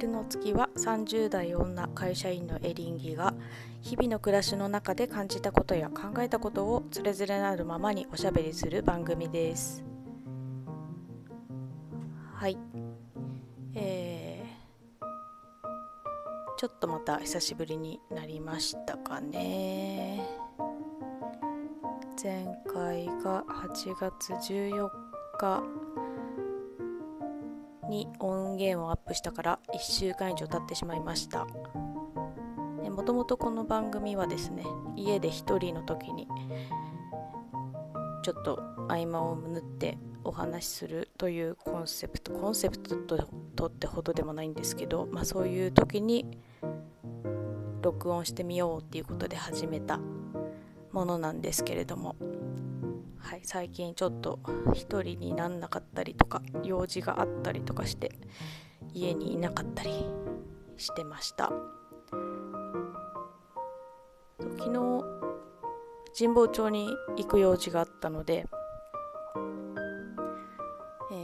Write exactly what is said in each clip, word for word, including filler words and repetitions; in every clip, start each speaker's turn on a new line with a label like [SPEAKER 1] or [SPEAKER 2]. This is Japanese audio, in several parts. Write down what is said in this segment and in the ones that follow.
[SPEAKER 1] ルの月はさんじゅう代女会社員のエリンギが日々の暮らしの中で感じたことや考えたことをつれづれなるままにおしゃべりする番組です。はい、えー、ちょっとまた久しぶりになりましたかね。前回がはちがつじゅうよっかに音源をアップしたからいっしゅうかん以上経ってしまいました。もともとこの番組はですね、家で一人の時にちょっと合間を縫ってお話しするというコンセプトコンセプトとってほどでもないんですけど、まあ、そういう時に録音してみようっていうことで始めたものなんですけれども、はい、最近ちょっと一人になんなかったりとか用事があったりとかして家にいなかったりしてました。昨日神保町に行く用事があったので、え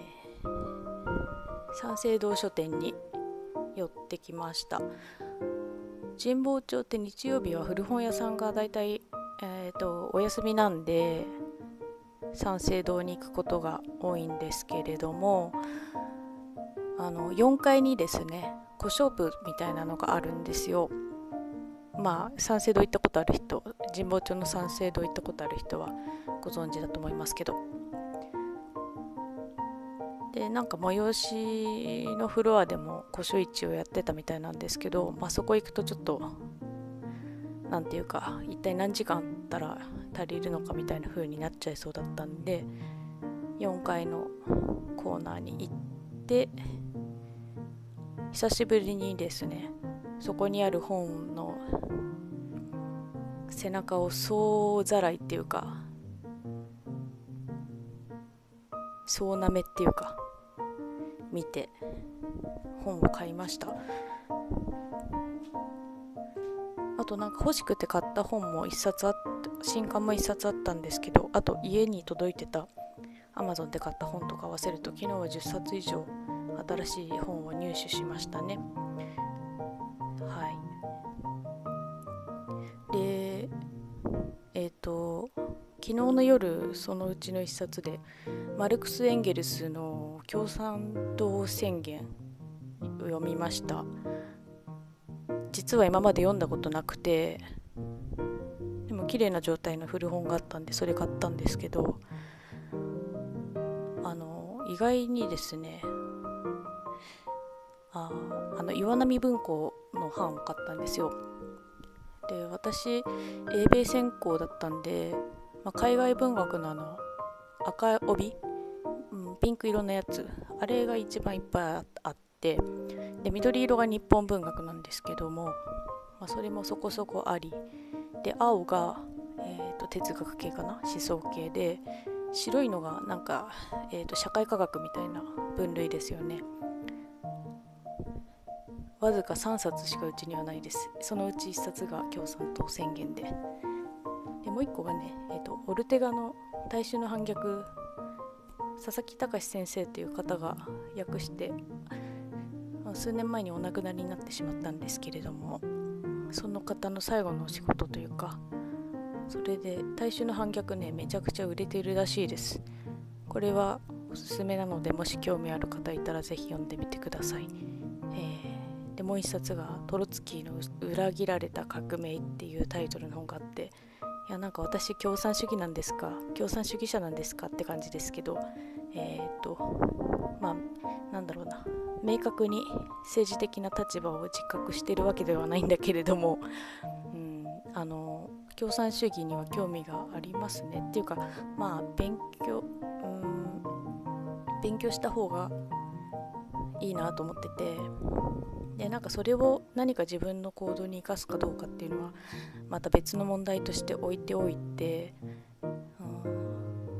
[SPEAKER 1] ー、三省堂書店に寄ってきました。神保町って日曜日は古本屋さんがだいたい、えーと、お休みなんで三省堂に行くことが多いんですけれども、あのよんかいにですね古書部みたいなのがあるんですよ。まあ三省堂行ったことある人、神保町の三省堂行ったことある人はご存知だと思いますけど、でなんか催しのフロアでも古書市をやってたみたいなんですけど、まあ、そこ行くとちょっとなんていうか一体何時間あったら足りるのかみたいな風になっちゃいそうだったんで、よんかいのコーナーに行って久しぶりにですね、そこにある本の背中を総ざらいっていうか総なめっていうか見て本を買いました。あとなんか欲しくて買った本も一冊あった、新刊も一冊あったんですけど、あと家に届いてた Amazon で買った本とか合わせると昨日はじゅっさつ以上新しい本を入手しましたね。はい。でえっ、ー、と昨日の夜そのうちの一冊でマルクス・エンゲルスの共産党宣言を読みました。実は今まで読んだことなくて、でも綺麗な状態の古本があったんでそれ買ったんですけど、あの意外にですね、ああの岩波文庫の版を買ったんですよ。で私英米専攻だったんで、まあ、海外文学のあの赤帯、うん、ピンク色のやつ、あれが一番いっぱいあって、で緑色が日本文学なんですけども、まあ、それもそこそこありで、青が、えー、と哲学系かな、思想系で、白いのがなんか、えー、と社会科学みたいな分類ですよね。わずかさんさつしかうちにはないです。そのうちいっさつが共産党宣言で、でもういっこがね、えー、とオルテガの大衆の反逆、佐々木隆先生という方が訳して数年前にお亡くなりになってしまったんですけれども、その方の最後のお仕事というか、それで大衆の反逆ね、めちゃくちゃ売れているらしいです。これはおすすめなので、もし興味ある方いたらぜひ読んでみてください。えー、でもう一冊がトロツキーの裏切られた革命っていうタイトルの本があって、いやなんか私共産主義なんですか、共産主義者なんですかって感じですけど、えー、っとまあなんだろうな、明確に政治的な立場を自覚しているわけではないんだけれども、うん、あの共産主義には興味がありますね。っていうか、まあ勉強、うん、勉強した方がいいなと思ってて、でなんかそれを何か自分の行動に生かすかどうかっていうのはまた別の問題として置いておいて、うん、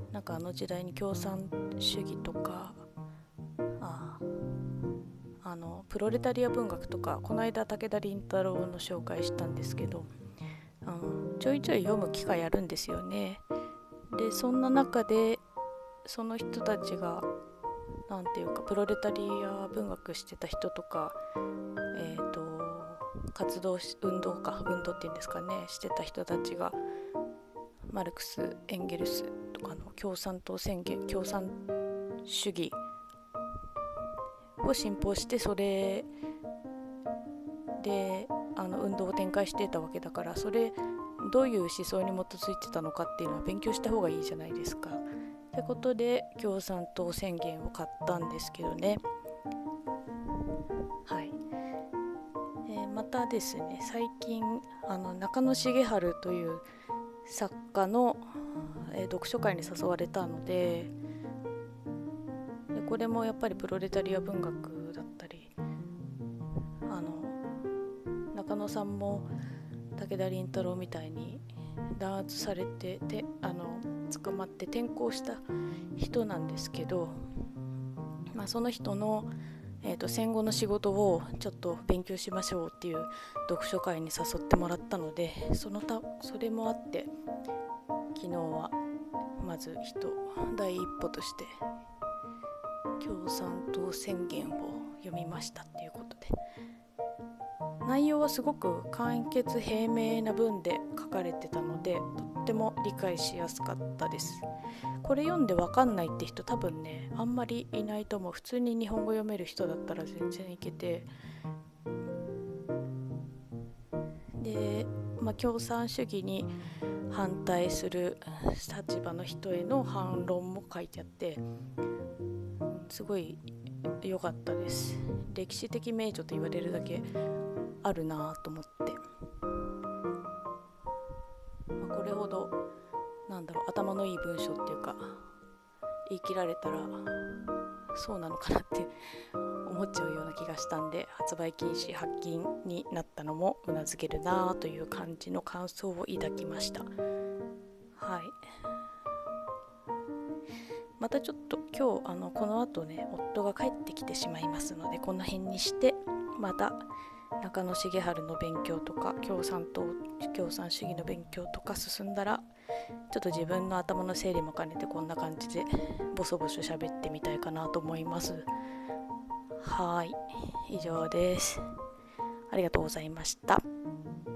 [SPEAKER 1] なんかあの時代に共産主義とか、ああのプロレタリア文学とか、この間武田倫太郎の紹介したんですけど、あのちょいちょい読む機会あるんですよね。でそんな中でその人たちがなんていうかプロレタリア文学してた人とか、えー、と活動し運動か運動っていうんですかねしてた人たちがマルクス・エンゲルスとかの共産党宣言共産主義を信奉して、それであの運動を展開してたわけだから、それどういう思想に基づいてたのかっていうのは勉強した方がいいじゃないですか。ってことで共産党宣言を買ったんですけどね。はい、えー、またですね、最近あの中野茂春という作家の、えー、読書会に誘われたので、でこれもやっぱりプロレタリア文学だったり、あの中野さんも武田倫太郎みたいに弾圧されててあの捕まって転校した人なんですけど、まあ、その人の、えーと、戦後の仕事をちょっと勉強しましょうっていう読書会に誘ってもらったので、そのたそれもあって昨日はまず一第一歩として共産党宣言を読みましたっていうことで、内容はすごく簡潔平明な文で書かれてたので、とっても理解しやすかったです。これ読んで分かんないって人多分ねあんまりいないと思う。普通に日本語読める人だったら全然いけて、で、まあ、共産主義に反対する立場の人への反論も書いてあって、すごい良かったです。歴史的名著と言われるだけあるなと思って、まあ、これほどなんだろう頭のいい文章っていうか言い切られたらそうなのかなって思っちゃうような気がしたんで、発売禁止発禁になったのもうなずけるなという感じの感想を抱きました。はい、またちょっと今日あのこの後ね夫が帰ってきてしまいますので、この辺にしてまた中野茂春の勉強とか共産党共産主義の勉強とか進んだら、ちょっと自分の頭の整理も兼ねてこんな感じでボソボソ喋ってみたいかなと思います。はい、以上です。ありがとうございました。